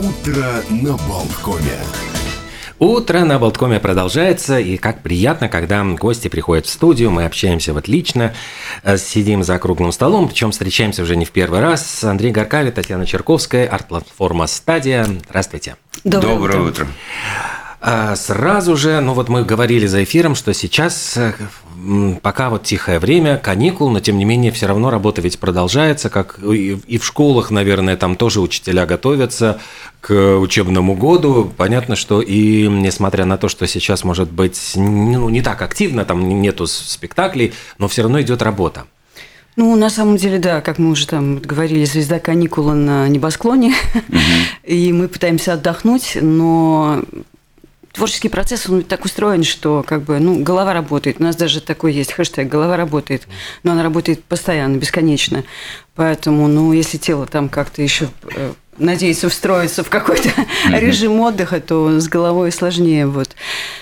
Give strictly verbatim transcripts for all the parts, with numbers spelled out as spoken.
Утро на Болткоме. Утро на Болткоме продолжается, и как приятно, когда гости приходят в студию, мы общаемся вот лично, сидим за круглым столом, причем встречаемся уже не в первый раз. Андрей Гаркавит, Татьяна Черковская, арт-платформа «Стадия». Здравствуйте. Доброе, Доброе утро. утро. Сразу же, ну вот мы говорили за эфиром, что сейчас, пока вот тихое время, каникул, но тем не менее все равно работа ведь продолжается, как и в школах, наверное, там тоже учителя готовятся к учебному году. Понятно, что и несмотря на то, что сейчас может быть ну, не так активно, там нету спектаклей, но все равно идет работа. Ну, на самом деле, да, как мы уже там говорили, звезда каникулы на небосклоне, и мы пытаемся отдохнуть, но творческий процесс, он так устроен, что как бы, ну, голова работает. У нас даже такой есть хэштег «голова работает», но она работает постоянно, бесконечно. Поэтому, ну, если тело там как-то еще надеется встроиться в какой-то mm-hmm. режим отдыха, то с головой сложнее. Вот.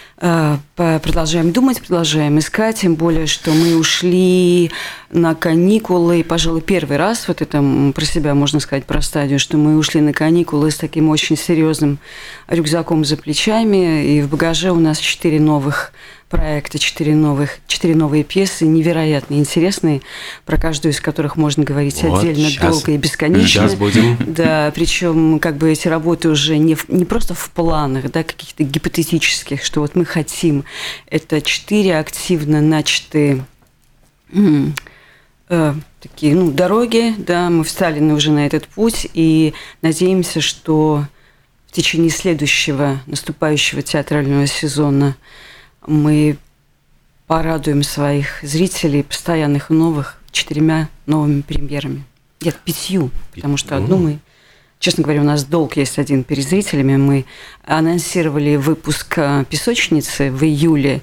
Продолжаем думать, продолжаем искать, тем более, что мы ушли на каникулы, пожалуй, первый раз, вот это про себя можно сказать, про стадию, что мы ушли на каникулы с таким очень серьезным рюкзаком за плечами, и в багаже у нас четыре новых проекта, четыре новых, четыре новые пьесы, невероятно интересные, про каждую из которых можно говорить вот, отдельно, сейчас, долго и бесконечно. Сейчас будем. Да, причем как бы эти работы уже не, в, не просто в планах, да, каких-то гипотетических, что вот мы хотим. Это четыре активно начатые м- э, такие, ну, дороги, да, мы встали уже на этот путь и надеемся, что в течение следующего наступающего театрального сезона мы порадуем своих зрителей, постоянных и новых, четырьмя новыми премьерами. Нет, пятью, потому что одну мы, честно говоря, у нас долг есть один перед зрителями. Мы анонсировали выпуск «Песочницы» в июле,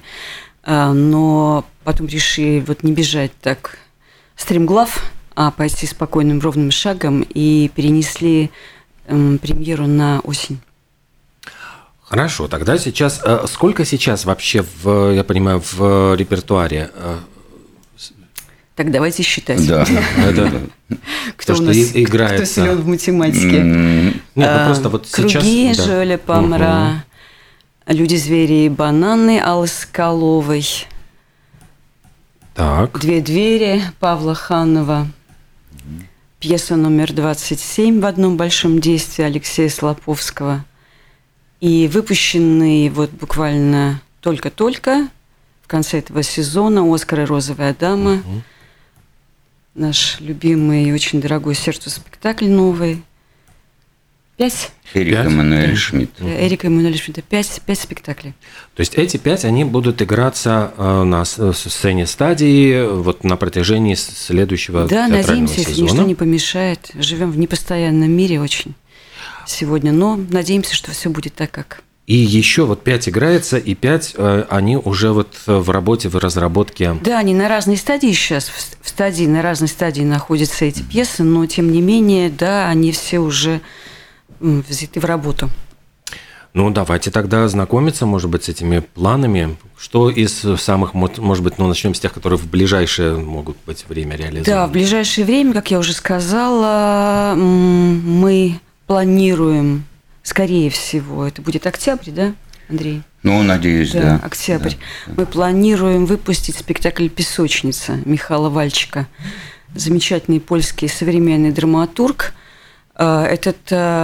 но потом решили вот не бежать так стремглав, а пойти спокойным ровным шагом и перенесли премьеру на осень. Хорошо, тогда сейчас, сколько сейчас вообще, в, я понимаю, в репертуаре? Так давайте считать. Да. Кто у нас играет? Кто силен в математике? Круги Жоля Помра, Люди, звери и бананы Аллы Соколовой. Так. Две двери Павла Ханова. Пьеса номер двадцать семь в одном большом действии Алексея Слоповского. И выпущенный вот буквально только-только в конце этого сезона «Оскар и розовая дама», угу. наш любимый и очень дорогой сердцу спектакль новый. Пять. Эрика Эммануэля Шмидта. Эрика Эммануэля Шмидта. Пять, пять спектаклей. То есть эти пять, они будут играться на сцене «Стадии» вот на протяжении следующего да, театрального надеемся, сезона? Да, надеемся, если ничто не помешает. Живем в непостоянном мире очень сегодня, но надеемся, что все будет так, как. И еще вот пять играется, и пять, они уже вот в работе, в разработке. Да, они на разной стадии сейчас, в стадии, на разной стадии находятся эти пьесы, но тем не менее, да, они все уже взяты в работу. Ну, давайте тогда знакомиться, может быть, с этими планами. Что из самых, может быть, ну, начнем с тех, которые в ближайшее могут быть время реализованы? Да, в ближайшее время, как я уже сказала, мы планируем, скорее всего, это будет октябрь, да, Андрей? Ну, надеюсь, да. Да, октябрь. Да. Мы планируем выпустить спектакль «Песочница» Михаила Вальчика. Замечательный польский современный драматург. Этот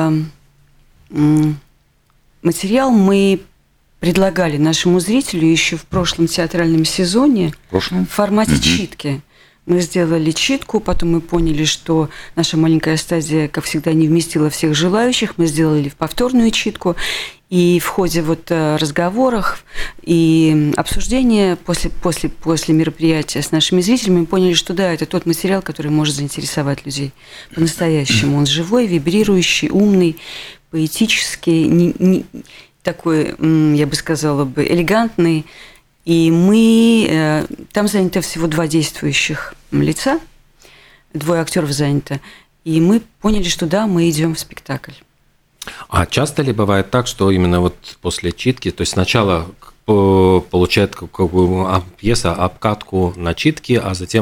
материал мы предлагали нашему зрителю еще в прошлом театральном сезоне в, прошлом? в формате mm-hmm. читки. Мы сделали читку, потом мы поняли, что наша маленькая стадия, как всегда, не вместила всех желающих. Мы сделали повторную читку, и в ходе вот разговоров и обсуждения после, после, после мероприятия с нашими зрителями мы поняли, что да, это тот материал, который может заинтересовать людей по-настоящему. Он живой, вибрирующий, умный, поэтический, не, не, такой, я бы сказала, бы, элегантный. И мы... Там занято всего два действующих лица, двое актеров занято. И мы поняли, что да, мы идем в спектакль. А часто ли бывает так, что именно вот после читки, то есть сначала получает какую пьеса обкатку на читки, а затем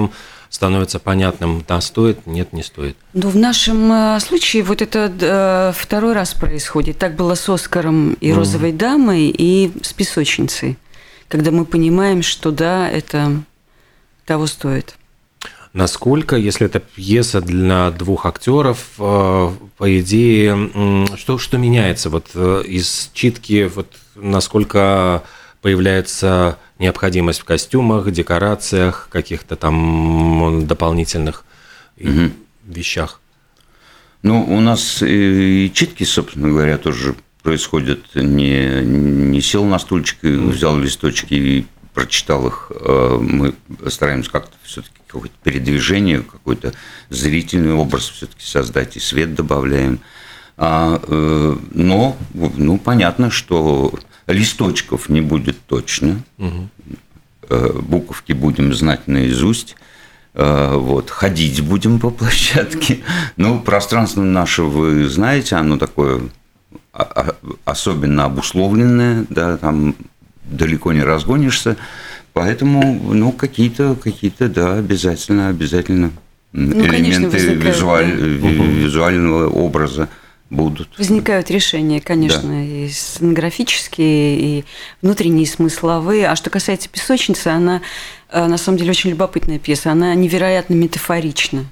становится понятным, да, стоит, нет, не стоит? Ну, в нашем случае вот это э, второй раз происходит. Так было с «Оскаром» и «Розовой дамой», и с «Песочницей», когда мы понимаем, что да, это того стоит. Насколько, если это пьеса для двух актеров, по идее, что, что меняется вот из читки, вот насколько появляется необходимость в костюмах, декорациях, каких-то там дополнительных угу. вещах? Ну, у нас и читки, собственно говоря, тоже происходят. Не, не сел на стульчик и взял листочки и прочитал их. Мы стараемся как-то все-таки какое-то передвижение, какой-то зрительный образ все-таки создать, и свет добавляем. А, но, ну, понятно, что листочков не будет точно, угу. буковки будем знать наизусть, вот, ходить будем по площадке. Ну, пространство наше, вы знаете, оно такое особенно обусловленное, да, там далеко не разгонишься, поэтому, ну, какие-то, какие-то, да, обязательно, обязательно ну, элементы визуаль, да. визуального образа будут. Возникают решения, конечно, да. и сценографические, и внутренние, смысловые. А что касается «Песочницы», она, на самом деле, очень любопытная пьеса, она невероятно метафорична.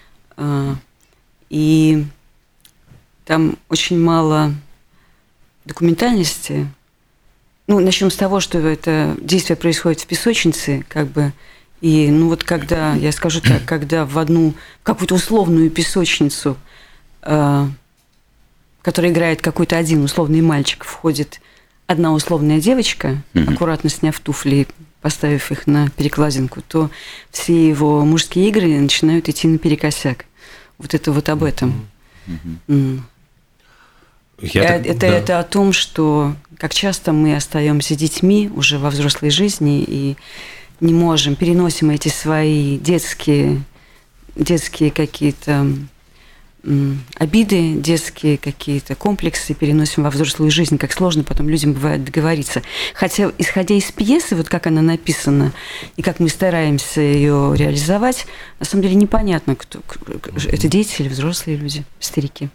И там очень мало документальности. Ну, начнем с того, что это действие происходит в песочнице, как бы, и, ну, вот когда, я скажу так, когда в одну, в какую-то условную песочницу, э, которая играет какой-то один условный мальчик, входит одна условная девочка, mm-hmm. аккуратно сняв туфли, поставив их на перекладинку, то все его мужские игры начинают идти наперекосяк. Вот это вот об этом. Mm-hmm. Mm. Я это, так, это, да. это о том, что как часто мы остаемся детьми уже во взрослой жизни и не можем, переносим эти свои детские, детские какие-то м, обиды, детские какие-то комплексы, переносим во взрослую жизнь, как сложно потом людям бывает договориться. Хотя, исходя из пьесы, вот как она написана, и как мы стараемся ее реализовать, на самом деле непонятно, кто, это дети или взрослые люди, старики.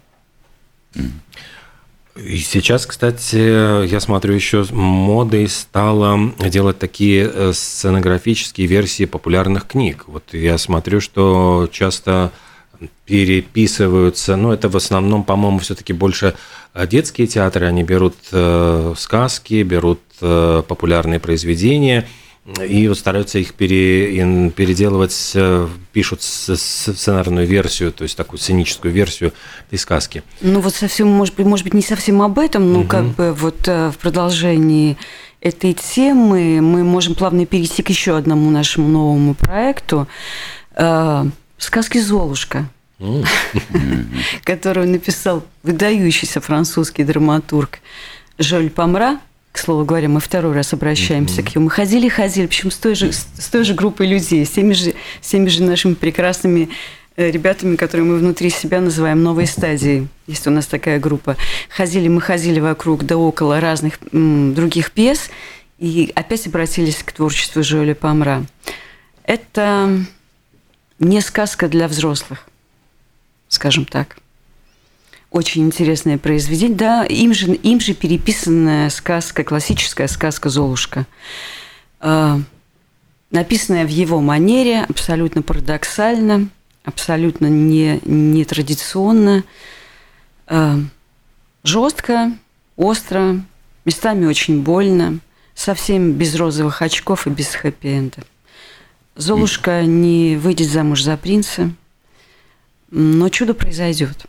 И сейчас, кстати, я смотрю, еще модой стало делать такие сценографические версии популярных книг. Вот я смотрю, что часто переписываются, ну, это в основном, по-моему, все-таки больше детские театры, они берут сказки, берут популярные произведения и стараются их пере, переделывать, пишут сценарную версию, то есть такую сценическую версию этой сказки. Ну вот совсем, может быть, может быть, не совсем об этом, но угу. как бы вот в продолжении этой темы мы можем плавно перейти к еще одному нашему новому проекту «Сказки Золушка», которую написал выдающийся французский драматург Жюль Помра. К слову говоря, мы второй раз обращаемся mm-hmm. к нему. Мы ходили-ходили, причем с той же, с той же группой людей, с теми же, с теми же нашими прекрасными ребятами, которые мы внутри себя называем «Новой стадией». Есть у нас такая группа. Ходили, мы ходили вокруг да около разных м, других пьес и опять обратились к творчеству Жюля Помра. Это не сказка для взрослых, скажем так. Очень интересное произведение. Да, им же, им же переписанная сказка, классическая сказка «Золушка». Э, написанная в его манере, абсолютно парадоксально, абсолютно не, нетрадиционно, э, жестко, остро, местами очень больно, совсем без розовых очков и без хэппи-энда. Золушка не выйдет замуж за принца, но чудо произойдет.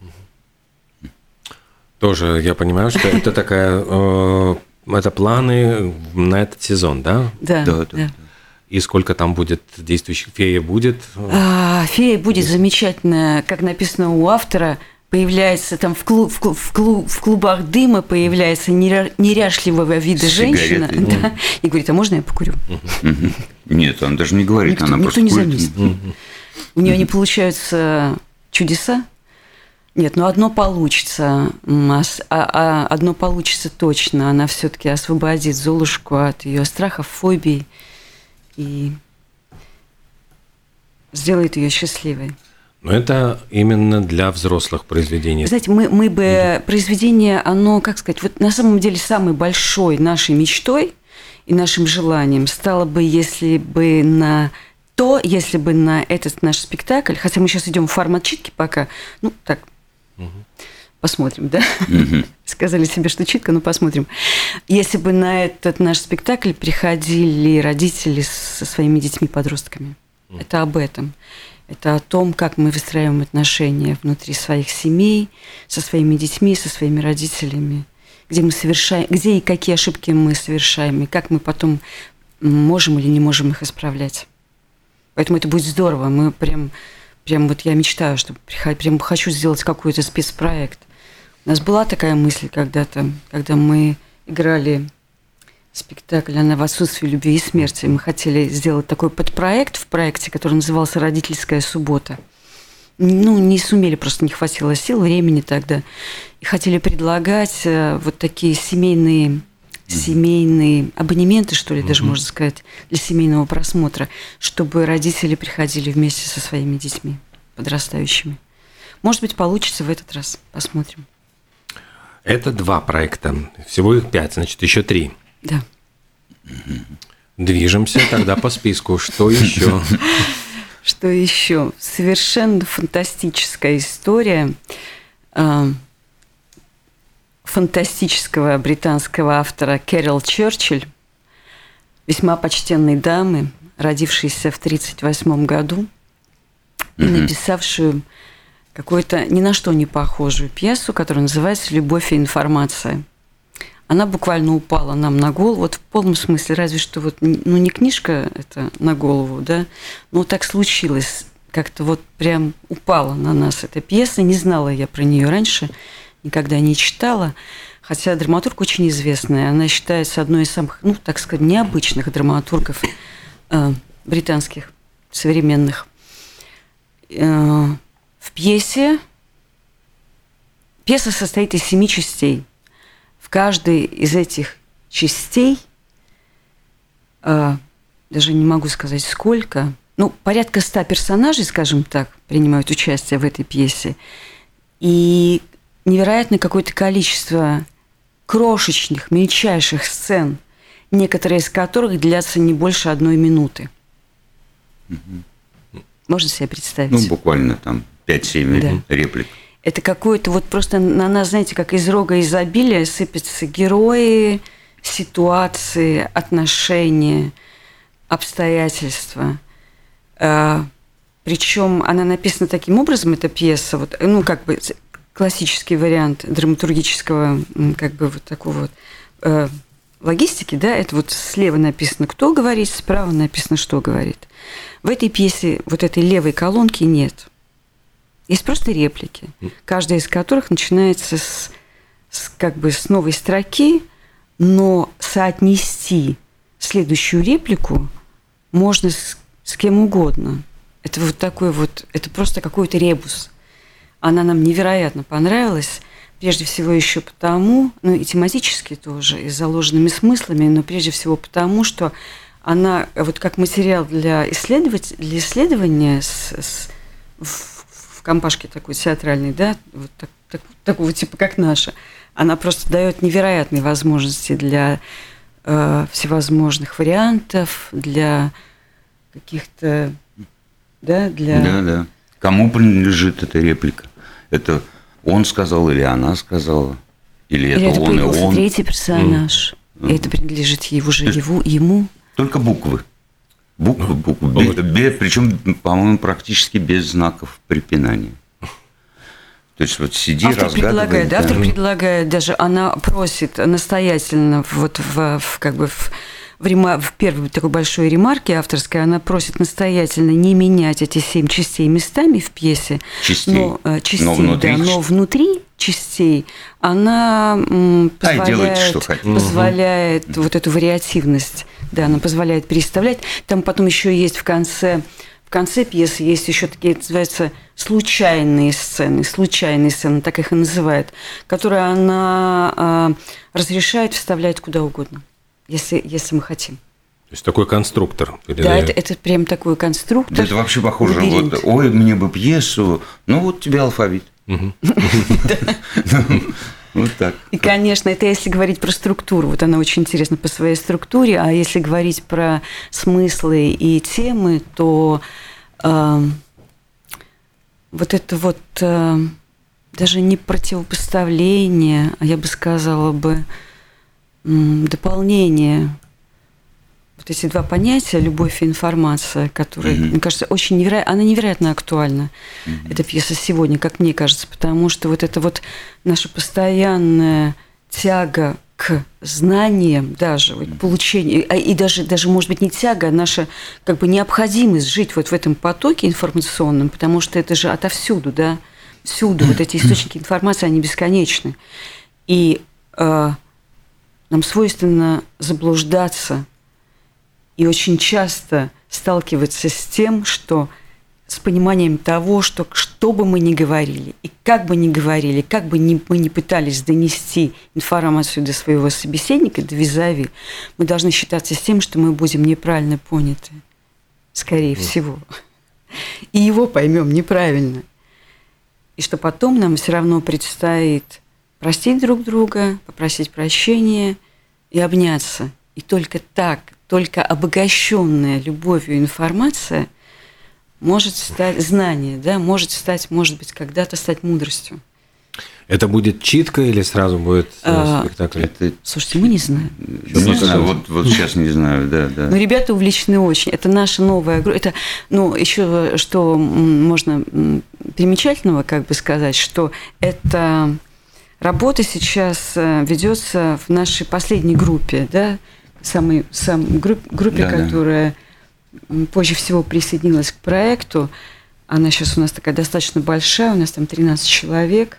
Тоже я понимаю, что это такая, э, это планы на этот сезон, да? Да, да, да. да. И сколько там будет действующих? Фея будет? А, фея будет замечательная, как написано у автора, появляется там в, клуб, в, клуб, в, клуб, в клубах дыма появляется неряшливого вида женщина, да, и говорит, а можно я покурю? Нет, она даже не говорит, никто, она никто просто не курит. заметит. У нее не получаются чудеса. Нет, ну одно получится, а, а одно получится точно. Она все-таки освободит Золушку от ее страхов, фобий. И сделает ее счастливой. Но это именно для взрослых произведений. Знаете, мы, мы бы mm-hmm. произведение, оно, как сказать, вот на самом деле самой большой нашей мечтой и нашим желанием стало бы, если бы на то, если бы на этот наш спектакль, хотя мы сейчас идем в формат читки пока, ну так, mm-hmm. посмотрим, да? Mm-hmm. Сказали себе, что читка, но посмотрим. Если бы на этот наш спектакль приходили родители со своими детьми-подростками, mm-hmm. это об этом. Это о том, как мы выстраиваем отношения внутри своих семей, со своими детьми, со своими родителями, где мы совершаем, где и какие ошибки мы совершаем, и как мы потом можем или не можем их исправлять. Поэтому это будет здорово. Мы прям, прям вот я мечтаю, чтобы прям хочу сделать какой-то спецпроект. У нас была такая мысль когда-то, когда мы играли спектакль «Она в отсутствии любви и смерти». Мы хотели сделать такой подпроект в проекте, который назывался «Родительская суббота». Ну, не сумели, просто не хватило сил, времени тогда. И хотели предлагать вот такие семейные, mm-hmm. семейные абонементы, что ли, mm-hmm. даже можно сказать, для семейного просмотра, чтобы родители приходили вместе со своими детьми подрастающими. Может быть, получится в этот раз. Посмотрим. Это два проекта. Всего их пять, значит, еще три. Да. Движемся тогда по списку. Что еще? Что еще? Совершенно фантастическая история фантастического британского автора Кэрол Черчилль, весьма почтенной дамы, родившейся в тридцать восьмом году, и написавшую какую-то ни на что не похожую пьесу, которая называется «Любовь и информация». Она буквально упала нам на голову, вот в полном смысле, разве что вот, ну, не книжка это на голову, да, но так случилось, как-то вот прям упала на нас эта пьеса, не знала я про нее раньше, никогда не читала, хотя драматург очень известная, она считается одной из самых, ну, так сказать, необычных драматургов э, британских, современных. Э, в пьесе, пьеса состоит из семи частей. В каждой из этих частей, э, даже не могу сказать сколько, ну, порядка ста персонажей, скажем так, принимают участие в этой пьесе. И невероятное какое-то количество крошечных, мельчайших сцен, некоторые из которых длятся не больше одной минуты. Угу. Можно себе представить? Ну, буквально там пять-семь да. реплик. Это какое-то вот просто на нас, знаете, как из рога изобилия сыпятся герои, ситуации, отношения, обстоятельства. Причем она написана таким образом, эта пьеса, вот, ну, как бы классический вариант драматургического, как бы вот такого вот э, логистики, да, это вот слева написано, кто говорит, справа написано, что говорит. В этой пьесе вот этой левой колонки нет. Есть просто реплики, каждая из которых начинается с, с, как бы с новой строки, но соотнести следующую реплику можно с, с кем угодно. Это вот такой вот, это просто какой-то ребус. Она нам невероятно понравилась, прежде всего еще потому, ну и тематически тоже, и с заложенными смыслами, но прежде всего потому, что она вот как материал для, исследовать, для исследования с, с, в, в компашке такой театральной, да, вот так, так, такого типа, как наша, она просто дает невероятные возможности для э, всевозможных вариантов, для каких-то, да, для... Да, да. Кому принадлежит эта реплика? Это он сказал или она сказала? Или, или это, это он и он? Третий персонаж. Mm. И это принадлежит его же, его, ему. Только буквы. Буквы, буквы. Mm. Без, без, причем, по-моему, практически без знаков препинания. То есть вот сиди, автор разгадывай. Предлагает, да. Автор предлагает, даже она просит настоятельно вот в, в как бы в, в, рема, в первой такой большой ремарке авторской, она просит настоятельно не менять эти семь частей местами в пьесе. Частей. Но, частей, но внутри, да, но внутри частей она м, позволяет, а, делайте, что хотите. позволяет угу. вот эту вариативность, да, она позволяет переставлять. Там потом еще есть в конце... В конце пьесы есть еще такие, называются, случайные сцены, случайные сцены, так их и называют, которые она э, разрешает вставлять куда угодно, если, если мы хотим. есть такой конструктор. Да, это, это прям такой конструктор. Да это вообще похоже, вот, ой, мне бы пьесу, ну вот тебе алфавит. Вот так. И, конечно, это если говорить про структуру, вот она очень интересна по своей структуре, а если говорить про смыслы и темы, то э, вот это вот э, даже не противопоставление, а я бы сказала бы э, дополнение. Вот эти два понятия, любовь и информация, которые, mm-hmm. мне кажется, очень невероятно, она невероятно актуальна, mm-hmm. эта пьеса сегодня, как мне кажется, потому что вот это вот наша постоянная тяга к знаниям даже, вот, к получению, и даже, даже, может быть, не тяга, а наша как бы необходимость жить вот в этом потоке информационном, потому что это же отовсюду, да, всюду, вот эти источники информации, они бесконечны. И э, нам свойственно заблуждаться и очень часто сталкиваться с тем, что с пониманием того, что что бы мы ни говорили, и как бы ни говорили, как бы ни, мы ни пытались донести информацию до своего собеседника, до визави, мы должны считаться с тем, что мы будем неправильно поняты, скорее всего. И его поймем неправильно. И что потом нам все равно предстоит простить друг друга, попросить прощения и обняться. И только так, только обогащенная любовью информация может стать, знание, да, может стать, может быть, когда-то стать мудростью. Это будет читка или сразу будет а, спектакль? Это... Слушайте, мы не знаем. Не знаю, вот, вот сейчас не знаю, да, да. Но ребята увлечены очень. Это наша новая группа. Это, ну, еще что можно примечательного, как бы сказать, что это работа сейчас ведется в нашей последней группе, да, самой, самой групп, группе, да, которая да. позже всего присоединилась к проекту. Она сейчас у нас такая достаточно большая, у нас там тринадцать человек,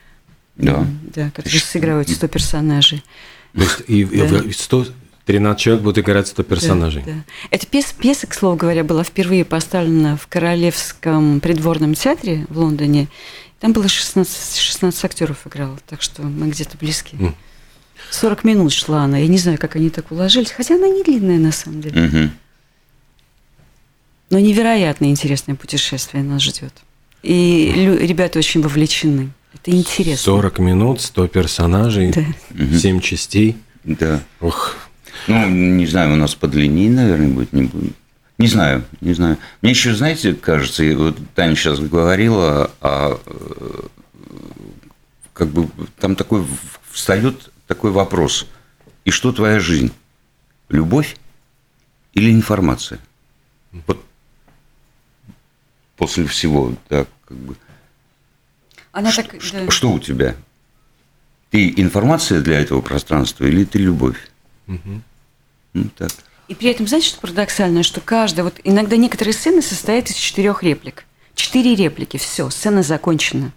да. Да, которые сыгрывают сто персонажей. То есть и, да. и сто, тринадцать человек будут играть сто персонажей. Да, да. Эта пьеса, пьеса, к слову говоря, была впервые поставлена в Королевском придворном театре в Лондоне. Там было шестнадцать, шестнадцать актеров играло, так что мы где-то близки. Mm. сорок минут шла она. Я не знаю, как они так уложились, хотя она не длинная на самом деле. Mm-hmm. Но невероятно интересное путешествие нас ждет. И лю- ребята очень вовлечены. Это интересно. сорок минут, сто персонажей, да. семь частей. Да. Ох. Ну, не знаю, у нас по длине, наверное, будет, не будет. Не знаю, не знаю. Мне еще, знаете, кажется, вот Таня сейчас говорила, а как бы там такой встает такой вопрос. И что твоя жизнь? Любовь или информация? Вот после всего, да, как бы. Она что, так, что, да. что у тебя? Ты информация для этого пространства или ты любовь? Угу. Ну, так. И при этом, знаете, что парадоксально, что каждая, вот иногда некоторые сцены состоят из четырех реплик. Четыре реплики, все, сцена закончена.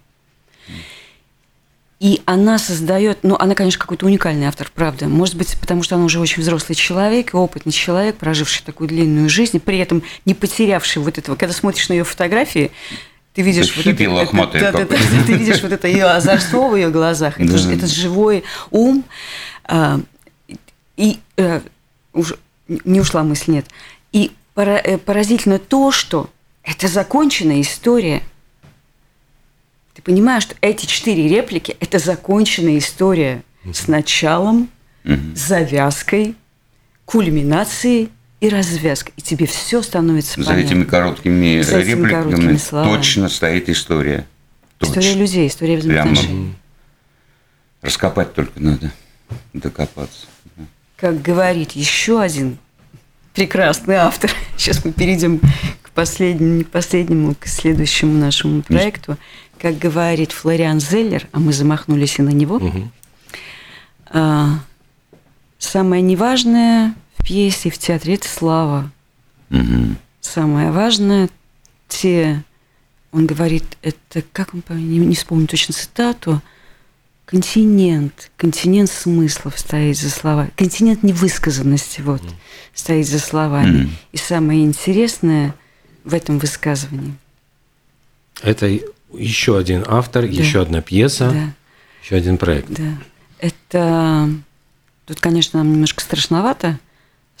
И она создает, ну, она, конечно, какой-то уникальный автор, правда. Может быть, потому что она уже очень взрослый человек, опытный человек, проживший такую длинную жизнь, при этом не потерявший вот этого. Когда смотришь на ее фотографии, ты видишь это вот хиппи это, лохматый это, да, да, да, ты видишь вот это ее озорство в ее глазах, это, да. это живой ум. А, и а, уж не ушла мысль, нет. И поразительно то, что это законченная история. Ты понимаешь, что эти четыре реплики – это законченная история с началом, mm-hmm. завязкой, кульминацией и развязкой. И тебе все становится За понятно. Этими короткими За этими репликами короткими словами. Точно стоит история. Точно. История людей, история взаимоотношений. Прямо раскопать только надо, докопаться. Как говорит еще один прекрасный автор, сейчас мы перейдем к последнему, не к последнему, к следующему нашему проекту. Как говорит Флориан Зеллер, а мы замахнулись и на него, угу. а, самое неважное в пьесе, в театре – это слава. Угу. Самое важное – те, он говорит, это, как он, не, не вспомню точно цитату, континент, континент смыслов стоит за словами, континент невысказанности вот, mm. стоит за словами. Mm. И самое интересное в этом высказывании. Это еще один автор, да. еще одна пьеса, да. еще один проект. Да. Это тут, конечно, нам немножко страшновато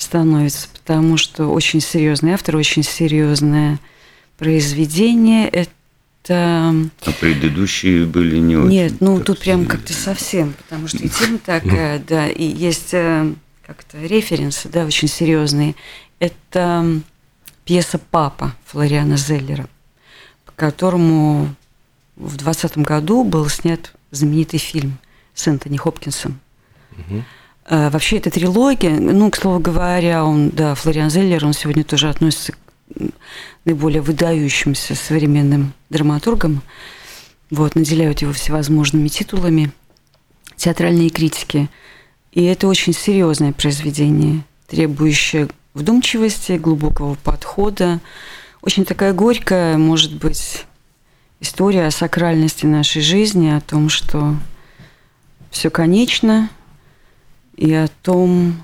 становится, потому что очень серьезный автор, очень серьезное произведение. Это... А предыдущие были не очень. Нет, ну тут прям как-то совсем, потому что и тема такая, да, и есть как-то референсы, да, очень серьезные. Это пьеса «Папа» Флориана Зеллера, по которому в двадцатом году был снят знаменитый фильм с Энтони Хопкинсом. Угу. А, вообще, эта трилогия, ну, к слову говоря, он, да, Флориан Зеллер, он сегодня тоже относится к наиболее выдающимся современным драматургам. Вот, наделяют его всевозможными титулами, театральные критики. И это очень серьезное произведение, требующее вдумчивости, глубокого подхода. Очень такая горькая, может быть, история о сакральности нашей жизни, о том, что все конечно, и о том,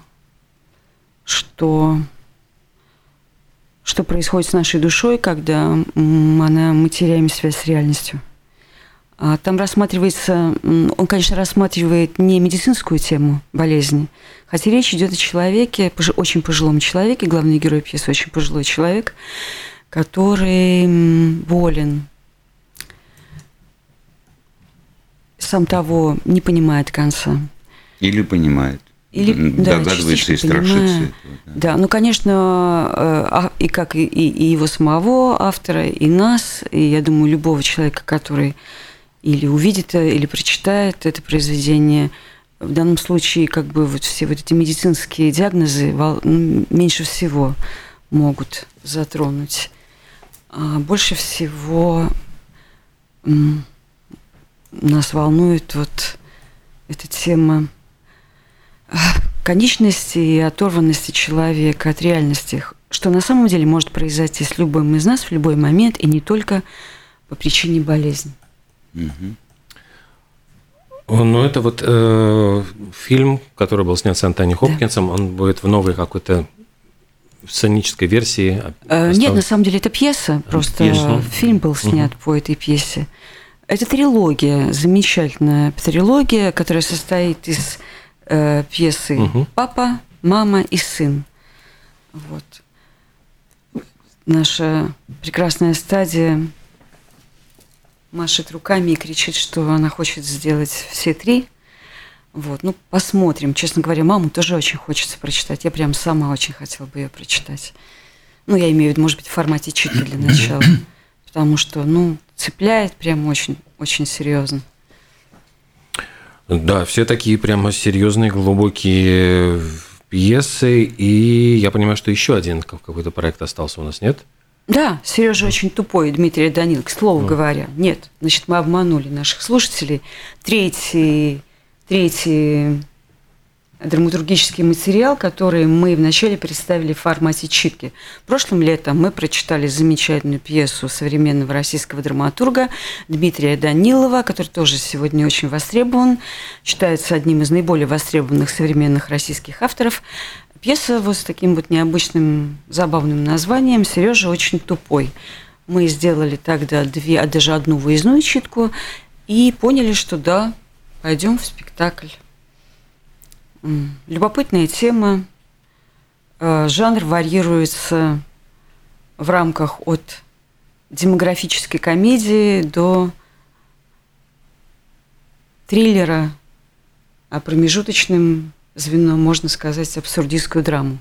что, что происходит с нашей душой, когда она, мы теряем связь с реальностью. А там рассматривается, он, конечно, рассматривает не медицинскую тему болезни, хотя речь идет о человеке, очень пожилом человеке, главный герой пьесы очень пожилой человек, который болен, сам того не понимает конца. Или понимает. Или, догадывается, да, и страшится этого. Да. да, ну, конечно, и как и, и его самого автора, и нас, и, я думаю, любого человека, который или увидит, или прочитает это произведение, в данном случае как бы вот все вот эти медицинские диагнозы меньше всего могут затронуть. А больше всего нас волнует вот эта тема конечности и оторванности человека от реальности, что на самом деле может произойти с любым из нас в любой момент, и не только по причине болезни. Угу. Ну, это вот э, фильм, который был снят с Энтони Хопкинсом, да. Он будет в новой какой-то сценической версии? Э, нет, на самом деле это пьеса, просто пьеса. Фильм был снят угу. по этой пьесе. Это трилогия, замечательная трилогия, которая состоит из э, пьесы угу. «Папа», «Мама» и «Сын». Вот. Наша прекрасная стадия машет руками и кричит, что она хочет сделать все три. Вот. Ну, посмотрим. Честно говоря, «Маму» тоже очень хочется прочитать. Я прям сама очень хотела бы ее прочитать. Ну, я имею в виду, может быть, в формате читки для начала. Потому что, ну, цепляет прям очень, очень серьезно. Да, все такие прямо серьезные, глубокие пьесы. И я понимаю, что еще один какой-то проект остался у нас, нет? Да, Сережа очень тупой, Дмитрий Данилов, к слову mm. говоря. Нет, значит, мы обманули наших слушателей. Третий, третий драматургический материал, который мы вначале представили в формате читки. Прошлым летом мы прочитали замечательную пьесу современного российского драматурга Дмитрия Данилова, который тоже сегодня очень востребован, считается одним из наиболее востребованных современных российских авторов. Пьеса вот с таким вот необычным, забавным названием «Сережа очень тупой». Мы сделали тогда две, а даже одну выездную читку и поняли, что да, пойдем в спектакль. Любопытная тема. Жанр варьируется в рамках от демографической комедии до триллера, а промежуточным звеном, можно сказать, абсурдистскую драму.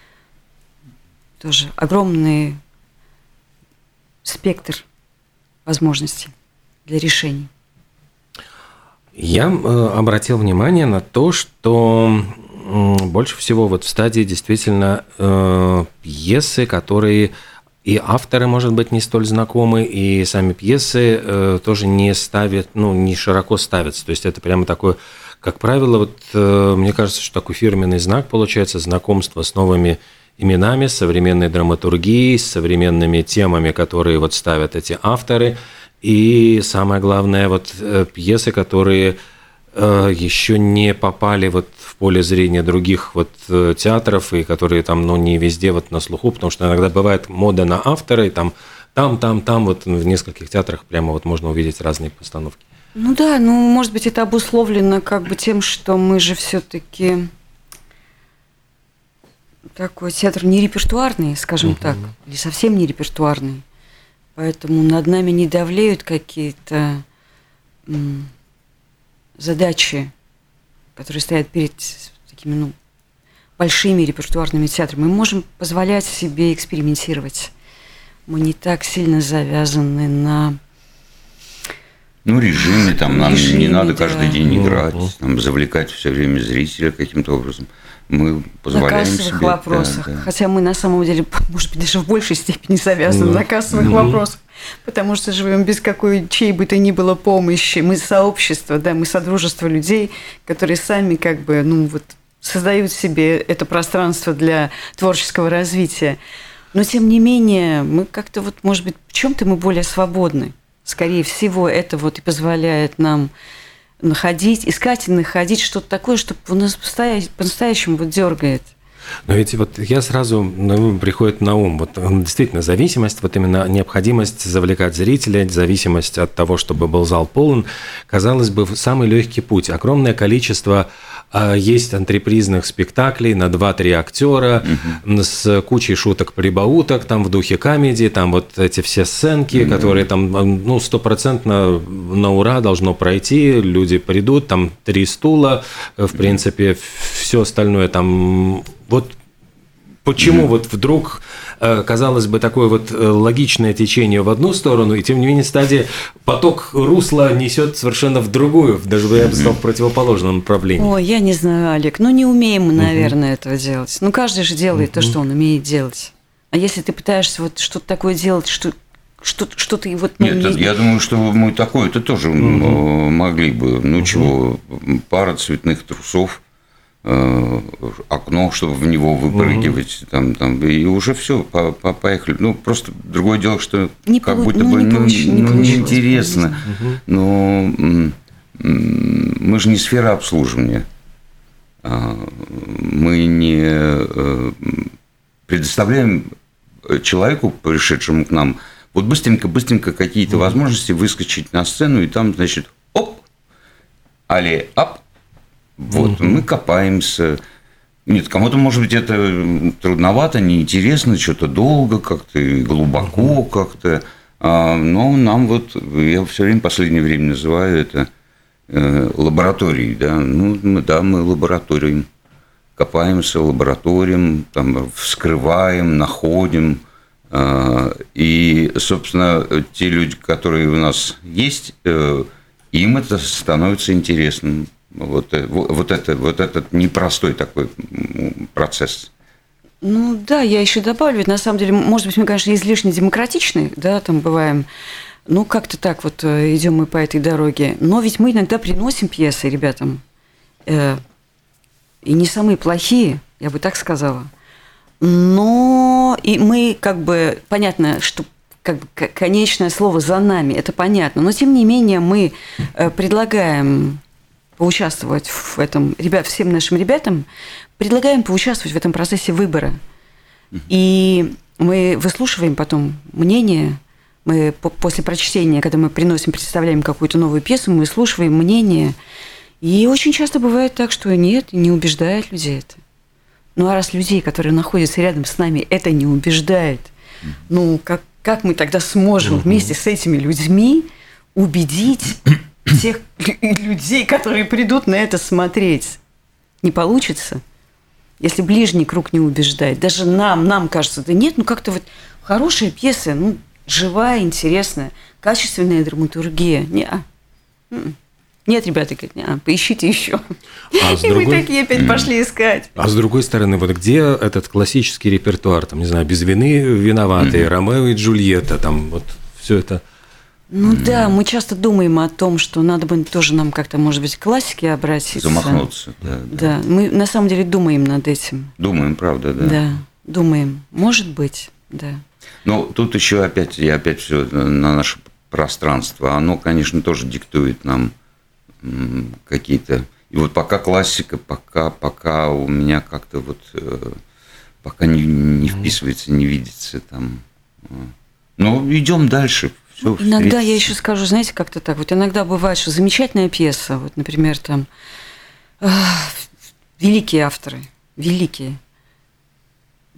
Тоже огромный спектр возможностей для решений. Я обратил внимание на то, что больше всего вот в стадии действительно э, пьесы, которые и авторы, может быть, не столь знакомы, и сами пьесы э, тоже не ставят, ну, не широко ставятся. То есть это прямо такое, как правило, вот э, мне кажется, что такой фирменный знак получается знакомство с новыми именами, с современной драматургией, с современными темами, которые вот ставят эти авторы. И самое главное, вот пьесы, которые э, еще не попали вот в поле зрения других вот театров, и которые там, ну, не везде вот на слуху, потому что иногда бывает мода на автора, и там, там, там, там вот в нескольких театрах прямо вот можно увидеть разные постановки. Ну да, ну, может быть, это обусловлено как бы тем, что мы же все-таки такой театр не репертуарный, скажем угу. так, или совсем не репертуарный. Поэтому над нами не давлеют какие-то м, задачи, которые стоят перед такими, ну, большими репертуарными театрами. Мы можем позволять себе экспериментировать. Мы не так сильно завязаны на... Ну, режиме, там, нам режиме, не надо да. каждый день играть, там, завлекать все время зрителя каким-то образом. Мы позволяем на кассовых себе... вопросах. Да, да. Хотя мы на самом деле, может быть, даже в большей степени завязаны Ну, на кассовых ну. вопросах, потому что живем без какой чьей бы то ни было помощи. Мы сообщество, да, мы содружество людей, которые сами как бы, ну вот, создают себе это пространство для творческого развития. Но тем не менее, мы как-то вот, может быть, в чем-то мы более свободны. Скорее всего, это вот и позволяет нам находить, искать и находить что-то такое, что у нас по-настоящему вот дергает. Но ведь вот я сразу, ну, приходит на ум, вот действительно зависимость, вот именно необходимость завлекать зрителя, зависимость от того, чтобы был зал полон, казалось бы, самый легкий путь. Огромное количество а, есть антрепризных спектаклей на два-три актера угу. с кучей шуток-прибауток, там в духе комедии, там вот эти все сценки, угу. которые там, ну, стопроцентно на ура должно пройти, люди придут, там три стула, в принципе, все остальное там... Вот почему mm-hmm. вот вдруг, казалось бы, такое вот логичное течение в одну сторону, и тем не менее стадия, поток русла несет совершенно в другую, даже я бы сказал, в противоположном направлении. Ой, я не знаю, Олег, ну не умеем мы, наверное, mm-hmm. этого делать. Ну каждый же делает mm-hmm. то, что он умеет делать. А если ты пытаешься вот что-то такое делать, что... Что, что ты вот... Ну, Нет, не... я думаю, что мы такое-то тоже mm-hmm. могли бы. Ну mm-hmm. чего, пара цветных трусов, окно, чтобы в него выпрыгивать, угу. там, там, и уже все, по, по, поехали. Ну, просто другое дело, что не как полу... будто ну, бы не ну, получ... ну, не неинтересно. Угу. Но мы же не сфера обслуживания. Мы не предоставляем человеку, пришедшему к нам, вот быстренько-быстренько какие-то угу. возможности выскочить на сцену, и там, значит, оп, али-ап, вот, угу. мы копаемся. Нет, кому-то, может быть, это трудновато, неинтересно, что-то долго, как-то глубоко, угу. как-то. А, но нам вот, я все время, в последнее время называю это э, лабораторией, да. Ну, мы, да, мы лабораторием. Копаемся, лабораторием, там, вскрываем, находим. Э, и, собственно, те люди, которые у нас есть, э, им это становится интересным. Вот, вот, это, вот этот непростой такой процесс. Ну да, я еще добавлю, ведь на самом деле, может быть, мы, конечно, излишне демократичны, да, там бываем, ну как-то так вот идем мы по этой дороге, но ведь мы иногда приносим пьесы ребятам, э, и не самые плохие, я бы так сказала, но и мы как бы, понятно, что как бы конечное слово за нами, это понятно, но тем не менее мы предлагаем поучаствовать в этом, ребят, всем нашим ребятам, предлагаем поучаствовать в этом процессе выбора. И мы выслушиваем потом мнение, мы после прочтения, когда мы приносим, представляем какую-то новую пьесу, мы выслушиваем мнение, и очень часто бывает так, что нет, не убеждает людей это. Ну, а раз людей, которые находятся рядом с нами, это не убеждает, ну, как, как мы тогда сможем вместе с этими людьми убедить тех людей, которые придут на это смотреть? Не получится, если ближний круг не убеждает. Даже нам, нам кажется, да нет, ну как-то вот хорошая пьеса, ну, живая, интересная, качественная драматургия. Не-а. Нет, ребята, говорят, не-а, поищите еще. А и другой... мы такие опять пошли искать. А с другой стороны, вот где этот классический репертуар, там, не знаю, «Без вины виноватые», «Ромео и Джульетта», там вот все это... Ну mm. да, мы часто думаем о том, что надо бы тоже нам как-то, может быть, к классике обратиться. Замахнуться, да, да. Да, мы на самом деле думаем над этим. Думаем, правда, да. Да, думаем. Может быть, да. Ну, тут еще опять, я опять все на наше пространство. Оно, конечно, тоже диктует нам какие-то... И вот пока классика, пока, пока у меня как-то вот... Пока не, не вписывается, не видится там... Ну, идем дальше. Все, иногда я еще скажу, знаете, как-то так. Вот иногда бывает, что замечательная пьеса, вот, например, там э, великие авторы, великие.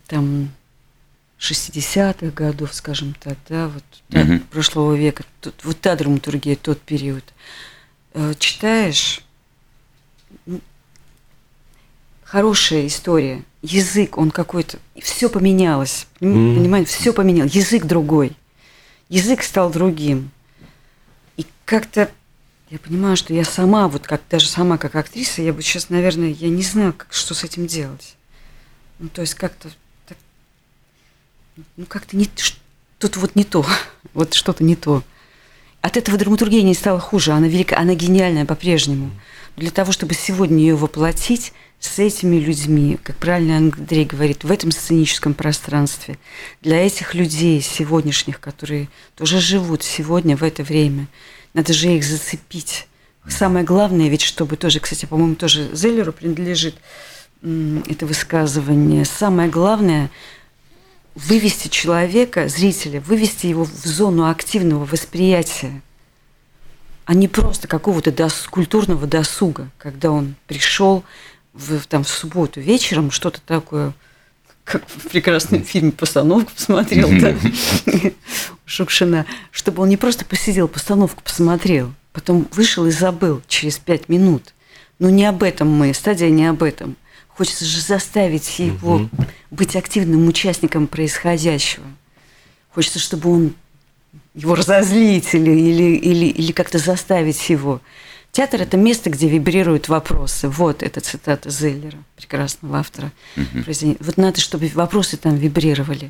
там шестидесятых годов, скажем так, да, вот да, Мгм. прошлого века, тут, вот та драматургия, тот период. Э, Читаешь, м, хорошая история, язык, он какой-то, все поменялось, Мгм. понимаете, все поменялось, язык другой, язык стал другим. И как-то я понимаю, что я сама, вот как даже сама как актриса, я бы сейчас, наверное, я не знаю, как, что с этим делать. Ну, то есть как-то, так, ну, как-то не, ш- тут вот не то, вот что-то не то. От этого драматургия не стала хуже, она велика, она гениальная по-прежнему. Для того, чтобы сегодня ее воплотить с этими людьми, как правильно Андрей говорит, в этом сценическом пространстве, для этих людей сегодняшних, которые тоже живут сегодня в это время, надо же их зацепить. Самое главное, ведь чтобы тоже, кстати, по-моему, тоже Зеллеру принадлежит м, это высказывание, самое главное – вывести человека, зрителя, вывести его в зону активного восприятия, а не просто какого-то дос- культурного досуга, когда он пришел в, там, в субботу вечером, что-то такое, как в прекрасном фильме «Постановку» посмотрел, да, Шукшина, чтобы он не просто посидел, постановку посмотрел, потом вышел и забыл через пять минут. Но не об этом мы, стадия не об этом. Хочется же заставить его Мгм. быть активным участником происходящего. Хочется, чтобы он его разозлить или, или, или, или как-то заставить его. Театр – это место, где вибрируют вопросы. Вот эта цитата Зеллера, прекрасного автора. произведения. Вот надо, чтобы вопросы там вибрировали.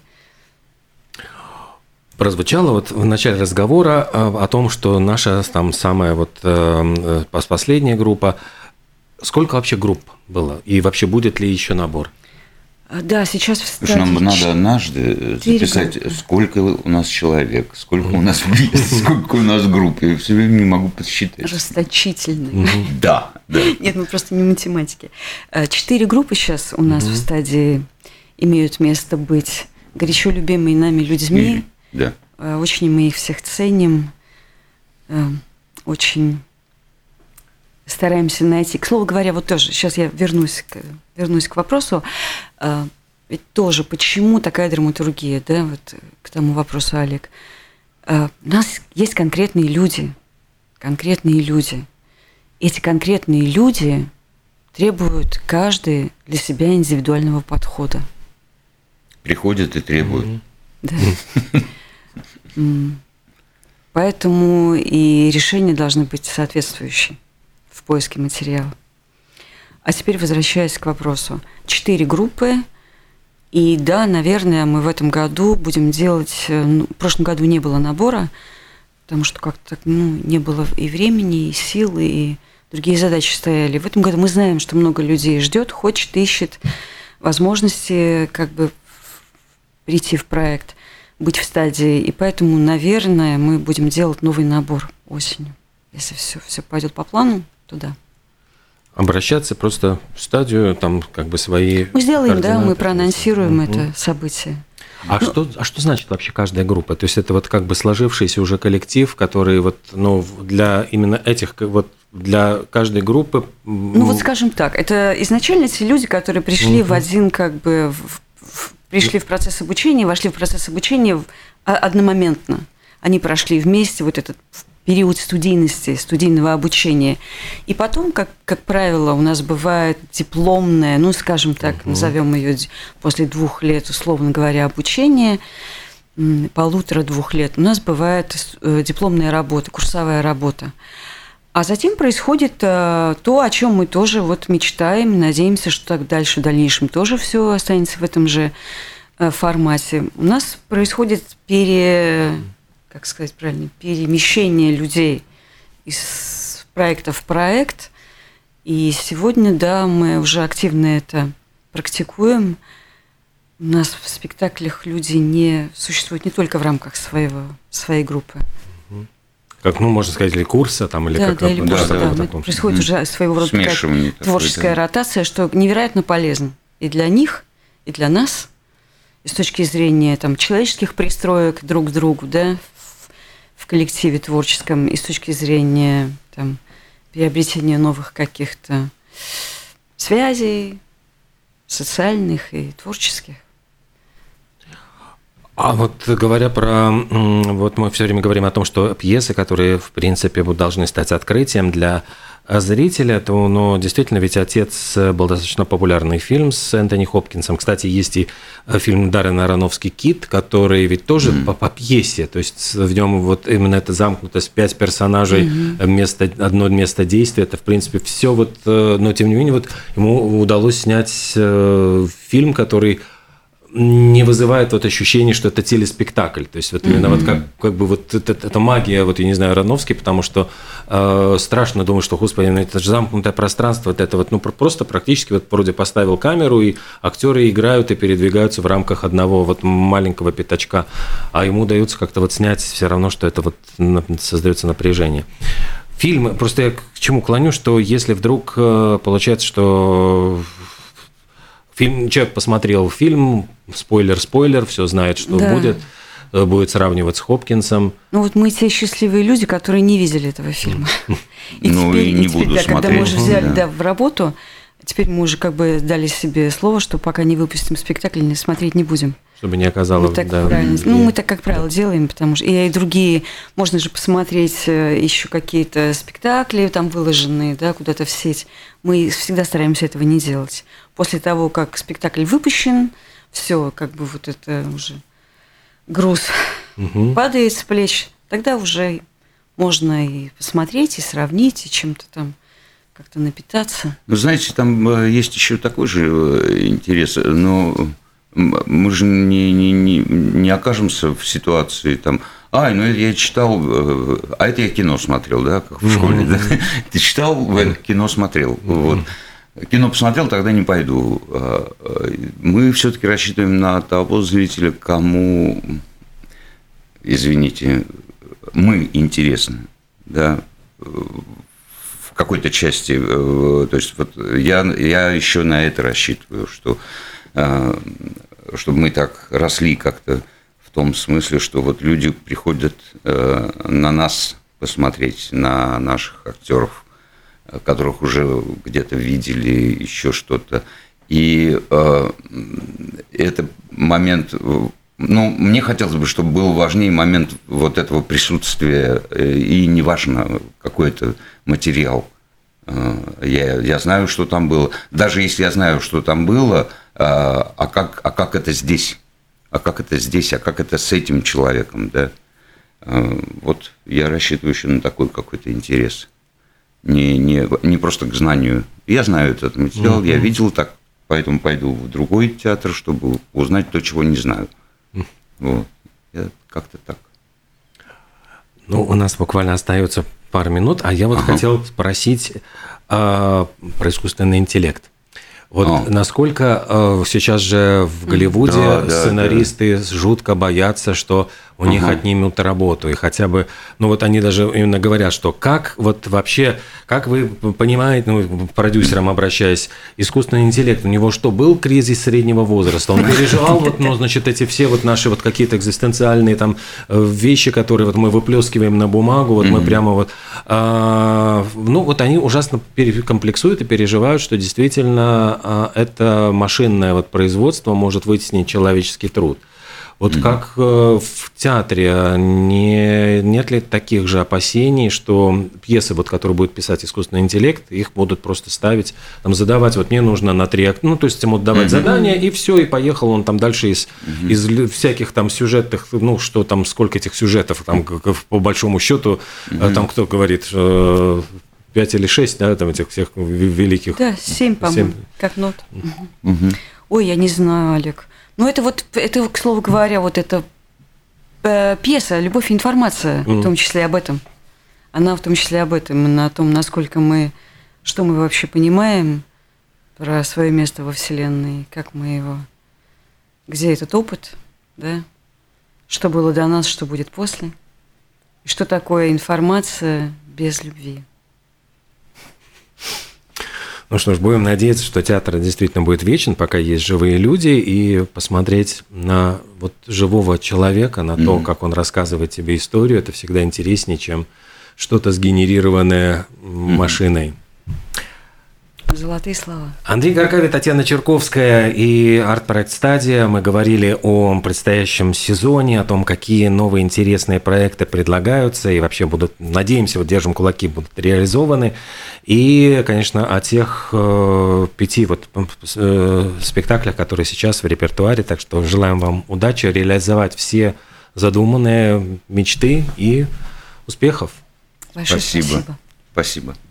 Прозвучало вот в начале разговора э, о том, что наша там самая вот э, э, последняя группа. Сколько вообще групп было? И вообще будет ли еще набор? А, Да, сейчас в Слушай, нам бы стадии надо однажды четыре записать, группы. сколько у нас человек, сколько у нас мест, сколько у нас групп. Я все время не могу подсчитать. расточительный. Да, да. Нет, мы просто не математики. Э, Четыре группы сейчас у нас в стадии имеют место быть горячо любимые нами людьми. Да. Э, Очень мы их всех ценим. Э, Очень стараемся найти. К слову говоря, вот тоже, сейчас я вернусь к, вернусь к вопросу. Э, Ведь тоже, почему такая драматургия, да, вот э, к тому вопросу, Олег. Э, У нас есть конкретные люди, конкретные люди. Эти конкретные люди требуют каждый для себя индивидуального подхода. Приходят и требуют. Да. М. Поэтому и решения должны быть соответствующие в поиске материала. А теперь возвращаясь к вопросу. Четыре группы. И да, наверное, мы в этом году будем делать... э, ну, в прошлом году не было набора, потому что как-то так, ну, не было и времени, и сил, и другие задачи стояли. В этом году мы знаем, что много людей ждет, хочет, ищет возможности как бы прийти в проект, быть в стадии. И поэтому, наверное, мы будем делать новый набор осенью. Если все, все пойдет по плану, то да. Обращаться просто в стадию, там как бы свои... Мы сделаем, да, координаты. мы проанонсируем Мгм. это событие. А, что, а что значит вообще каждая группа? То есть это вот как бы сложившийся уже коллектив, который вот, ну, для именно этих, вот для каждой группы... Ну вот скажем так, это изначально те люди, которые пришли Мгм. в один, как бы, в- в- пришли в процесс обучения, вошли в процесс обучения в- а- одномоментно. Они прошли вместе вот этот период студийности, студийного обучения. И потом, как, как правило, у нас бывает дипломная, ну, скажем так, Мгм. назовем ее после двух лет, условно говоря, обучения, м, полутора-двух лет, у нас бывает э, дипломная работа, курсовая работа. А затем происходит э, то, о чем мы тоже вот мечтаем, надеемся, что так дальше в дальнейшем тоже все останется в этом же э, формате. У нас происходит пере, как сказать правильно, перемещение людей из проекта в проект. И сегодня, да, мы уже активно это практикуем. У нас в спектаклях люди не существуют не только в рамках своего, своей группы. Как, ну, можно сказать, или курса, там, или Да, как да, или вот просто, что-то да, в это таком. происходит Мгм. уже своего рода такая Смешивание такое, творческая да. ротация, что невероятно полезно и для них, и для нас, и с точки зрения там, человеческих пристроек друг к другу, да, в, в коллективе творческом, и с точки зрения там, приобретения новых каких-то связей социальных и творческих. А вот говоря про... Вот мы все время говорим о том, что пьесы, которые, в принципе, должны стать открытием для зрителя, то, ну, действительно, ведь «Отец» был достаточно популярный фильм с Энтони Хопкинсом. Кстати, есть и фильм Даррена Аронофски «Кит», который ведь тоже mm-hmm. по, по пьесе, то есть в нем вот именно эта замкнутость, пять персонажей, mm-hmm. место, одно место действия, это, в принципе, все вот, но, тем не менее, вот ему удалось снять фильм, который не вызывает вот ощущение, что это телеспектакль. То есть вот именно mm-hmm. вот как, как бы вот это, это магия, вот я не знаю, Аронофски, потому что э, страшно думать, что, господи, ну, это же замкнутое пространство, вот это вот, ну, просто практически вот вроде поставил камеру, и актеры играют и передвигаются в рамках одного вот маленького пятачка, а ему удается как-то вот снять все равно, что это вот создается напряжение. Фильм, просто я к чему клоню, что если вдруг получается, что фильм, человек посмотрел фильм, спойлер-спойлер, все знает, что да. будет, будет сравнивать с Хопкинсом. Ну вот мы те счастливые люди, которые не видели этого фильма. И ну теперь, и не и теперь, буду да, смотреть. Когда мы уже взяли да. Да, в работу, теперь мы уже как бы дали себе слово, что пока не выпустим спектакль, не смотреть не будем. Чтобы не оказалось... Мы так, да, правильно, ну, мы так, как правило, делаем, потому что и другие... Можно же посмотреть еще какие-то спектакли там выложенные, да, куда-то в сеть. Мы всегда стараемся этого не делать. После того, как спектакль выпущен, все, как бы вот это уже груз угу. падает с плеч, тогда уже можно и посмотреть, и сравнить, и чем-то там как-то напитаться. Ну, знаете, там есть еще такой же интерес, но... Мы же не, не, не, не окажемся в ситуации там, ай, ну это я читал, а это я кино смотрел, да, как в школе, mm-hmm. да? Ты читал, кино смотрел, mm-hmm. вот. Кино посмотрел, тогда не пойду. Мы все-таки рассчитываем на того зрителя, кому, извините, мы интересны, да, в какой-то части. То есть вот я, я еще на это рассчитываю, что чтобы мы так росли как-то в том смысле, что вот люди приходят на нас посмотреть, на наших актеров, которых уже где-то видели, еще что-то. И это момент, ну, мне хотелось бы, чтобы был важнее момент вот этого присутствия, и неважно, какой это материал. Я, я знаю, что там было. Даже если я знаю, что там было, а как, а как это здесь? А как это здесь? А как это с этим человеком? Да? Вот я рассчитываю еще на такой какой-то интерес. Не, не, не просто к знанию. Я знаю этот материал, mm-hmm. я видел так, поэтому пойду в другой театр, чтобы узнать то, чего не знаю. Mm-hmm. Вот. Я как-то так. Ну, у нас буквально остается пару минут, а я вот ага. хотел спросить э, про искусственный интеллект. Вот а. насколько э, сейчас же в Голливуде да, сценаристы да, да. жутко боятся, что у ага. них отнимут работу, и хотя бы, ну вот они даже именно говорят, что как вот вообще, как вы понимаете, ну, продюсерам обращаясь, искусственный интеллект, у него что, был кризис среднего возраста, он переживал вот, ну, значит, эти все вот наши вот какие-то экзистенциальные там вещи, которые вот мы выплескиваем на бумагу, вот мы прямо вот, а, ну вот они ужасно комплексуют и переживают, что действительно а, это машинное вот производство может вытеснить человеческий труд. Вот mm-hmm. как в театре, не, нет ли таких же опасений, что пьесы, вот, которые будет писать искусственный интеллект, их будут просто ставить, там, задавать, вот мне нужно на три акта, ну, то есть ему давать mm-hmm. задания, и все, и поехал он там дальше из, mm-hmm. из всяких там сюжетных, ну, что там, сколько этих сюжетов, там, по большому счету, mm-hmm. там кто говорит, пять или шесть, да, там этих всех великих. Да, семь, по-моему, как нот. Mm-hmm. Ой, я не знаю, Олег. Ну, это вот, это, к слову говоря, вот эта э, пьеса «Любовь и информация», mm. в том числе об этом. Она в том числе об этом, именно о том, насколько мы, что мы вообще понимаем про свое место во Вселенной, как мы его, где этот опыт, да, что было до нас, что будет после, и что такое информация без любви. Ну что ж, будем надеяться, что театр действительно будет вечен, пока есть живые люди, и посмотреть на вот живого человека, на то, mm-hmm. как он рассказывает тебе историю, это всегда интереснее, чем что-то сгенерированное mm-hmm. машиной. Золотые слова. Андрей Гаркавий, Татьяна Чирковская и арт-проект «Стадия». Мы говорили о предстоящем сезоне, о том, какие новые интересные проекты предлагаются и вообще будут, надеемся, вот держим кулаки, будут реализованы. И, конечно, о тех э, пяти вот, э, спектаклях, которые сейчас в репертуаре. Так что желаем вам удачи, реализовать все задуманные мечты и успехов. Большое спасибо. спасибо. Спасибо.